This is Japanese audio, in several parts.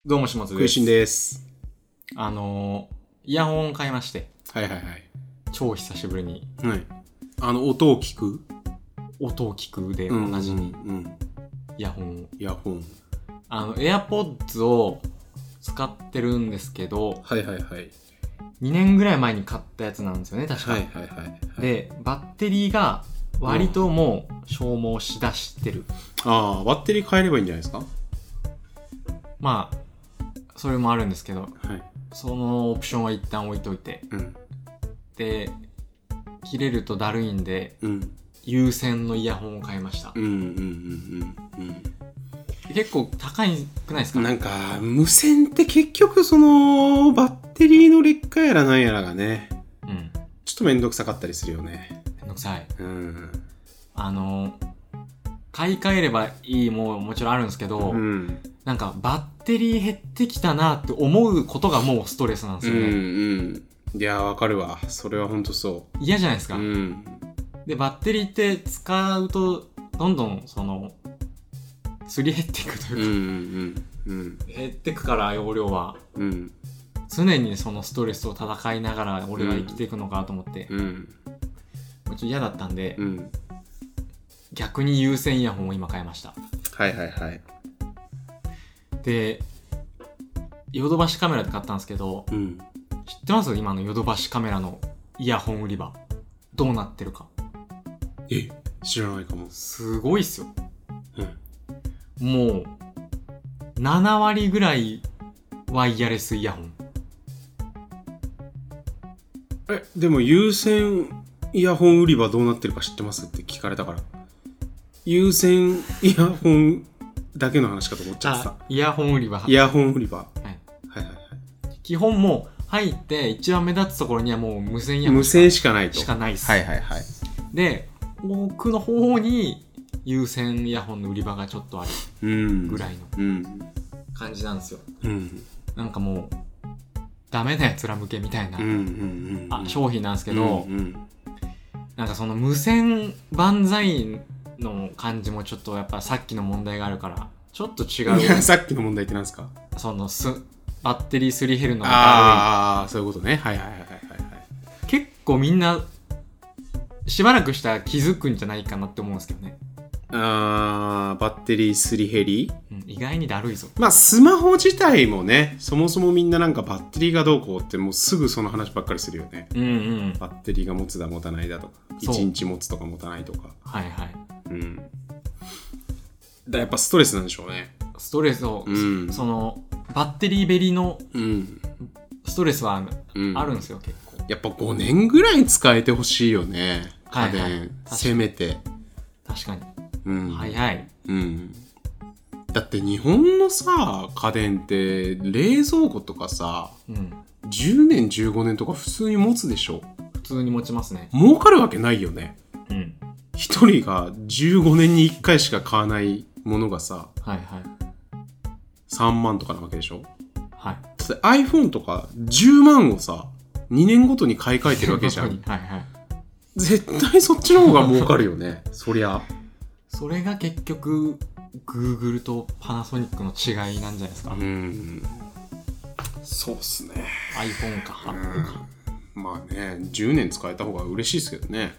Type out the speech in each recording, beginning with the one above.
どうもしもつです。 食いしんです。 イヤホンを買いまして。 はいはいはい。 超久しぶりに。 はい。音を聞くでおなじみ。イヤホンを。AirPods を使ってるんですけど、 はいはいはい。 2年ぐらい前に買ったやつなんですよね、確か。 はいはいはい。 で、バッテリーが割ともう消耗しだしてる。 ああ、バッテリー変えればいいんじゃないですか？ まあ、それもあるんですけど、 はい。 そのオプションは一旦置いといて。で、切れるとだるいんで、有線のイヤホンを買いました。結構高いくないですか？ なんか無線って結局そのバッテリーの劣化やらなんやらがね、ちょっとめんどくさかったりするよね。 めんどくさい。買い替えればいいもちろんあるんですけど、なんかバッテリー減ってきたなって思うことがもうストレスなんですよね。 いやわかるわ。それはほんとそう。 嫌じゃないですか。でバッテリーって使うとどんどんそのすり減っていくというか、減っていくから容量は、常にそのストレスを戦いながら俺は生きていくのかと思って、ちょっと嫌だったんで、逆に有線イヤホンを今買いました。 はいはいはい。 で、ヨドバシカメラで買ったんですけど、知ってます？今のヨドバシカメラのイヤホン売り場どうなってるか。 知らないかも。 すごいっすよ。もう7割ぐらいワイヤレスイヤホン。 でも有線イヤホン売り場どうなってるか知ってますって聞かれたから、有線イヤホンだけの話かと思っちゃってた。 イヤホン売り場。基本もう入って一番目立つところにはもう無線イヤホン無線しかないと。 しかないっす。で、奥の方に有線イヤホンの売り場がちょっとあるぐらいの感じなんですよ。なんかもうダメなやつら向けみたいな商品なんですけど、なんかその無線万歳の感じもちょっとやっぱさっきの問題があるからちょっと違う。 さっきの問題って何ですか？ そのバッテリーすり減るのがだるい。そういうことね。 結構みんなしばらくしたら気づくんじゃないかなって思うんですけどね。 バッテリーすり減り、 意外にだるいぞ。 まあスマホ自体もね、そもそもみんななんかバッテリーがどうこうってもうすぐその話ばっかりするよね。バッテリーが持つだ持たないだとか、1日持つとか持たないとか。やっぱストレスなんでしょうね。 ストレスを、そのバッテリーべりのストレスはあるんですよ、結構。 やっぱ5年ぐらい使えてほしいよね、家電。せめて。 確かに。早い。 だって日本のさ家電って冷蔵庫とかさ、10年15年とか普通に持つでしょ。 普通に持ちますね。 儲かるわけないよね。一人が15年に1回しか買わないものがさ、3万とかなわけでしょ。だって iPhone とか10万をさ2年ごとに買い替えてるわけじゃん。絶対そっちの方が儲かるよね。そりゃそれが結局 Google とパナソニックの違いなんじゃないですか。 そうっすね。 iPhone か Apple か。 まあね、10年使えた方が嬉しいですけどね。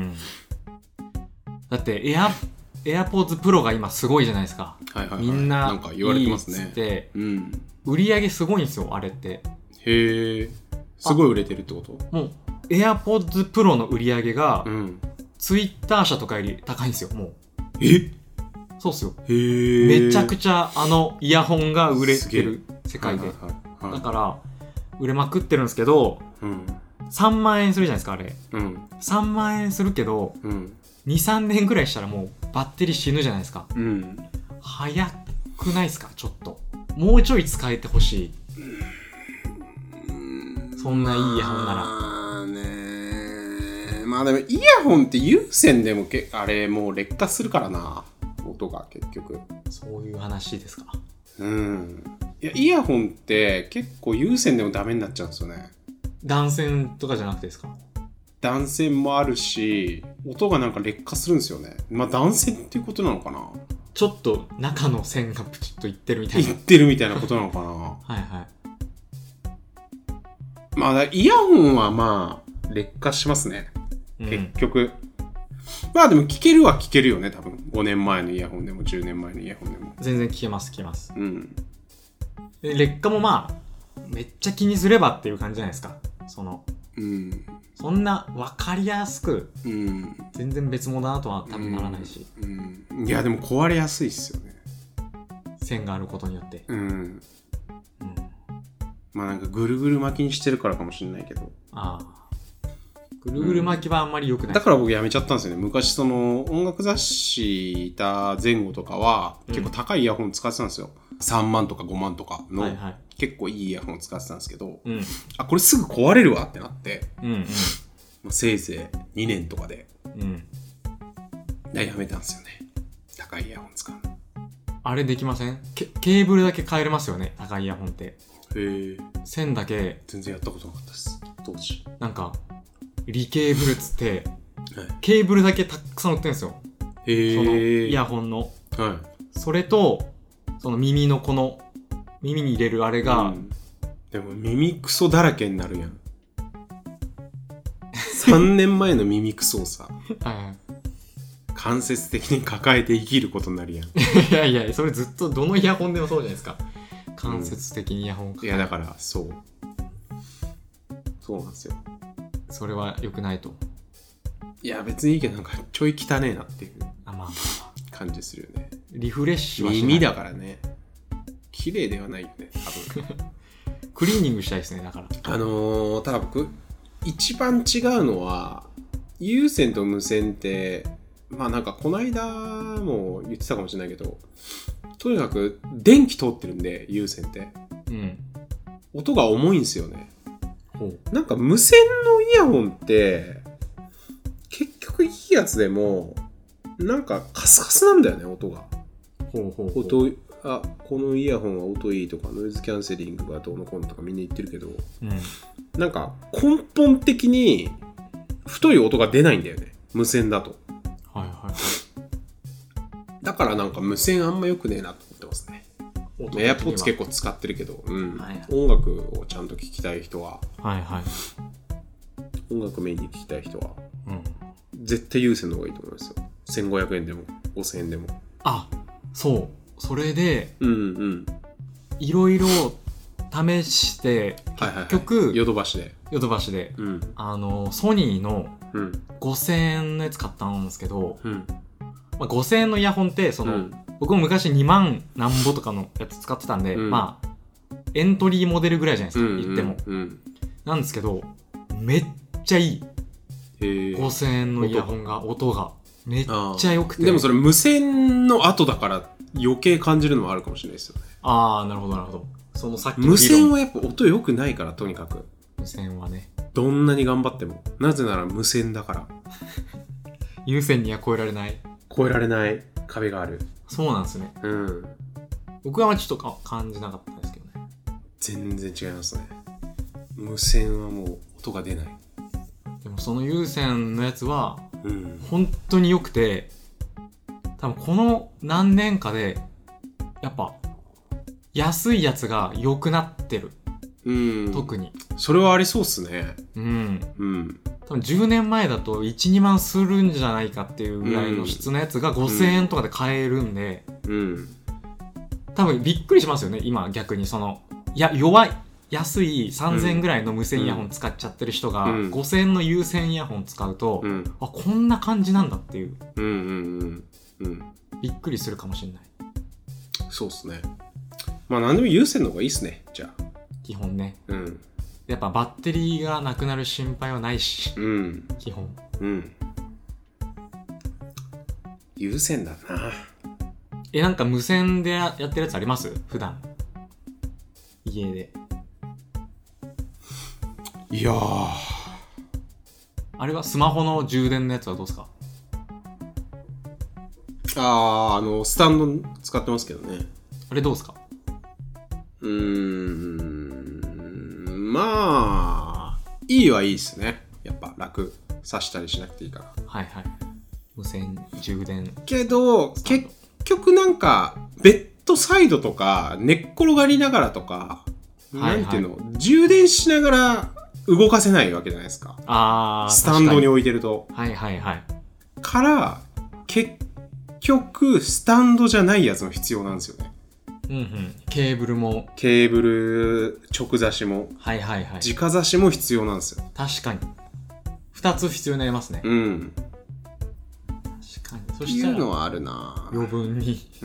だってAirPods Pro が今すごいじゃないですか。みんななんか言われてますね。 いいっつって、売り上げすごいんですよ、あれって。 へえ、すごい売れてるってこと？ もう AirPods Pro の売り上げが、Twitter 社とかより高いんですよ、もう。そうっすよ。めちゃくちゃイヤホンが売れてる世界で。だから売れまくってるんですけど、3万円するじゃないですか、あれ。3万円するけど、2、3年ぐらいしたらもうバッテリー死ぬじゃないですか。早くないですか？ちょっともうちょい使えてほしい。そんないいイヤホンなら。 まあでもイヤホンって有線でもあれもう劣化するからな、音が結局。 そういう話ですか？ いやイヤホンって結構有線でもダメになっちゃうんですよね。 断線とかじゃなくてですか？ 断線もあるし、音がなんか劣化するんですよね。まあ断線っていうことなのかな。 ちょっと中の線がプチッといってるみたいな。 いってるみたいなことなのかな。 はいはい。 まあイヤホンはまあ劣化しますね。結局。まあでも聞けるは聞けるよね、多分。5年前のイヤホンでも10年前のイヤホンでも。 全然聞けます聞けます。 うん。 で劣化もまあめっちゃ気にすればっていう感じじゃないですか。 うん。 そんな分かりやすく、 うん、 全然別物だなとは多分ならないし、 うん、いやでも壊れやすいっすよね。 線があることによって。うん。うん、 まあなんかぐるぐる巻きにしてるからかもしれないけど。 ああ。ぐるぐる巻きはあんまり良くない。 だから僕やめちゃったんですよね。昔その音楽雑誌いた前後とかは結構高いイヤホン使ってたんですよ。3万とか5万とかの、はいはい、結構いいイヤホン使ってたんですけど、うん、あ、これすぐ壊れるわってなって、うんうん、せいぜい2年とかで、うん、やめたんですよね。高いイヤホン使うの。 あれできません？ケーブルだけ変えれますよね、高いイヤホンって。 へえ。 線だけ。 全然やったことなかったです、当時。 なんか、リケーブルっつって、はい、ケーブルだけたくさん売ってるんですよ。 へえ。 そのイヤホンの。はい。それと、その耳のこの、耳に入れるあれが、うん、 でも耳クソだらけになるやん。3年前の耳クソをさ、はい、間接的に抱えて生きることになるやん。 いやいや、それずっとどのイヤホンでもそうじゃないですか。間接的にイヤホンいやだからそうなんですよ。 それは良くないと。 いや別にいいけどなんかちょい汚ねえなっていう感じするよね。 リフレッシュはしない。 耳だからね。綺麗ではないよね多分。 クリーニングしたいですね。だからただ僕一番違うのは有線と無線って、まあなんかこの間も言ってたかもしれないけど、とにかく電気通ってるんで有線って、うん、音が重いんですよね。なんか無線のイヤホンって結局いいやつでもなんかカスカスなんだよね、音が。音、あ、このイヤホンは音いいとかノイズキャンセリングがどうのこうのとかみんな言ってるけど、うん、なんか根本的に太い音が出ないんだよね、無線だと。はいはい。だからなんか無線あんま良くねえなと思ってますね。エアポッツ結構使ってるけど、うん、はいはい、音楽をちゃんと聴きたい人は、はいはい、音楽メインに聴きたい人は、うん、絶対有線の方がいいと思いますよ。1500円でも5000円でも。 あ、そう。それで、 うんうん、いろいろ試して結局、はいはいはい、 ヨドバシで、うん、ソニーの5000円のやつ買ったんですけど、うん、まあ、5000円のイヤホンってその、うん、僕も昔2万何ぼとかのやつ使ってたんで、うん、まあエントリーモデルぐらいじゃないですか、言っても、うん、なんですけどめっちゃいい。5000円のイヤホンが音がめっちゃ良くて。 でもそれ無線の後だから余計感じるのもあるかもしれないですよね。 ああ、なるほどなるほど。そのさっきの無線はやっぱ音良くないから、とにかく無線はね、 どんなに頑張っても、なぜなら無線だから有線には越えられない壁がある。 そうなんですね。うん。僕はちょっと感じなかったですけどね。 全然違いますね。無線はもう音が出ない。 でもその有線のやつは、うん、本当に良くて、多分この何年かでやっぱ安いやつが良くなってる。うん。特に。 それはありそうっすね。 うん。うん。多分10年前だと 1,2 万するんじゃないかっていうぐらいの質のやつが5000円とかで買えるんで、うん。多分びっくりしますよね。今逆にその、安い3000円ぐらいの無線イヤホン使っちゃってる人が、5000円の有線イヤホン使うと、あ、こんな感じなんだっていう。うんうんうん。びっくりするかもしれない。 そうっすね。まあ何でも有線の方がいいっすね、じゃあ。 基本ね。うん。やっぱバッテリーがなくなる心配はないし。うん。基本。うん。 有線だな。 なんか無線でやってるやつあります？普段。家で。 いやー。 あれはスマホの充電のやつはどうですか？ スタンド使ってますけどね。 あれどうですか？ まあいいはいいですね。やっぱ楽。 挿したりしなくていいから。 はいはい。無線充電。 けど結局なんかベッドサイドとか寝っ転がりながらとか、はいはい、なんていうの、充電しながら動かせないわけじゃないですか。スタンドに置いてると。 はいはいはい。 から結局スタンドじゃないやつも必要なんですよね。 うんうん。ケーブル直差しも、 はいはいはい、 直差しも必要なんですよ。 確かに2つ必要になりますね。 うん。 確かに。そしたらいうのはあるな。 余分に。 うん。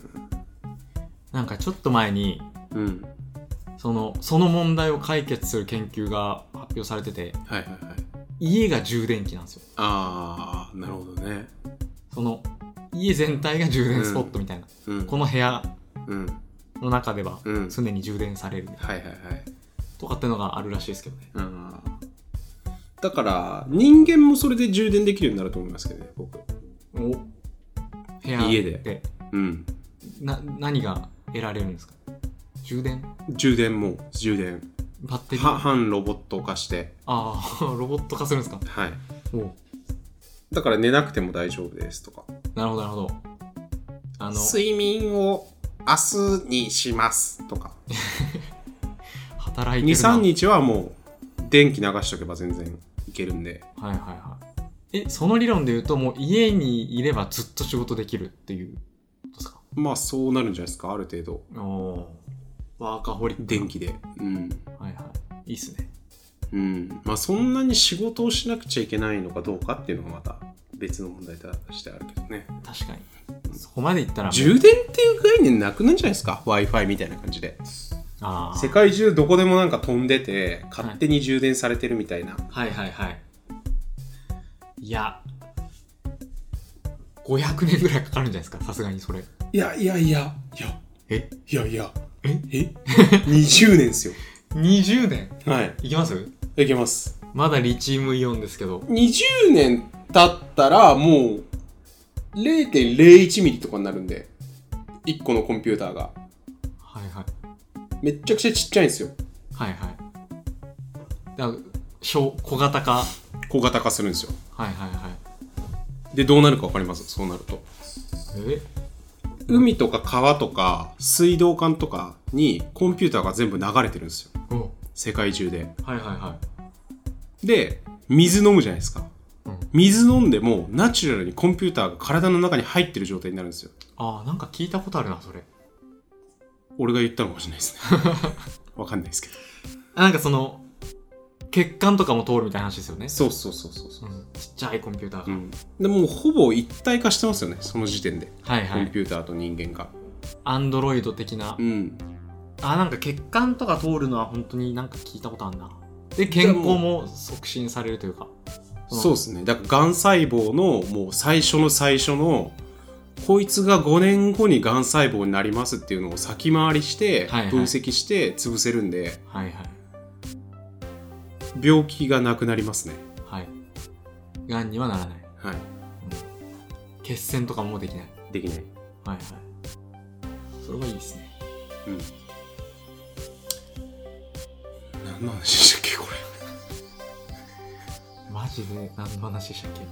なんかちょっと前に、 うん、 その問題を解決する研究が発表されてて、 はいはいはい、 家が充電器なんですよ。 ああ、なるほどね。 その家全体が充電スポットみたいな、 うん、 この部屋の中では常に充電されるみたいな、 はいはいはい、 とかってのがあるらしいですけどね。 だから人間もそれで充電できるようになると思いますけどね、僕。 お、部屋で家で、うん、 何が得られるんですか？充電バッテリー半ロボット化して。 ああ、ロボット化するんですか？ はい。だから寝なくても大丈夫ですとか。 なるほどなるほど。 睡眠を明日にしますとか働いてるな。 2,3 日はもう電気流しとけば全然いけるんで。 はいはいはい。その理論で言うともう家にいればずっと仕事できるっていうことですか？ まあそうなるんじゃないですか、ある程度。 ワーカホリック電気で。うん。 はいはい。いいっすね。 うん。まあそんなに仕事をしなくちゃいけないのかどうかっていうのがまた別の問題としてあるけどね。 確かに。そこまでいったら充電っていう概念なくなんじゃないですか、 Wi-Fi みたいな感じで。世界中どこでもなんか飛んでて勝手に充電されてるみたいな。 はいはいはい。いや500年ぐらいかかるんじゃないですか、さすがにそれ。 いや 20 年ですよ。 20年。 はい。 いけます？ いけます。 まだリチウムイオンですけど。 20年経ったらもう 0.01 ミリとかになるんで、1個のコンピューターが。 はいはい。 めっちゃくちゃちっちゃいんですよ。 はいはい。だから小型化するんですよ。 はいはいはい。 でどうなるか分かります？そうなると。海とか川とか水道管とかにコンピューターが全部流れてるんですよ。世界中で。 はいはいはい。 で水飲むじゃないですか。水飲んでもナチュラルにコンピューターが体の中に入ってる状態になるんですよ。 なんか聞いたことあるなそれ。 俺が言ったのかもしれないですね。わかんないですけど。 なんかその血管とかも通るみたいな話ですよね。 そう、 ちっちゃいコンピューターが、 でもうほぼ一体化してますよね、その時点で。 はいはい。 コンピューターと人間がアンドロイド的な。なんか血管とか通るのは本当になんか聞いたことあるな。で健康も促進されるというか。 そうですね。だからがん細胞のもう最初のこいつが5年後にがん細胞になりますっていうのを先回りして分析して潰せるんで、 はいはい、 病気がなくなりますね。 はい。がんにはならない。 はい。 血栓とかもできない。 できない。 はいはい。それはいいですね。 何の話でしたっけこれ。 マジで何の話でしたっけ。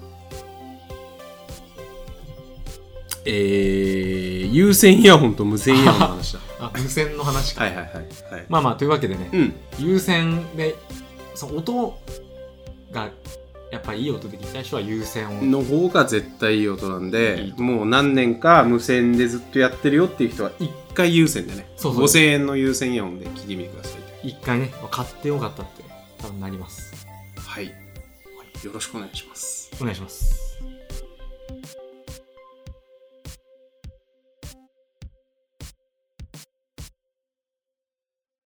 有線イヤホンと無線イヤホンの話だ。 無線の話か。 はい。 まあというわけでね、有線でその音がやっぱりいい音で聞きたい人は有線をの方が絶対いい音なんで、もう何年か無線でずっとやってるよっていう人は一回有線でね、5000円の有線イヤホンで聞いてみてください。 一回ね、買ってよかったって多分なります。 はい、よろしくお願いします。 お願いします。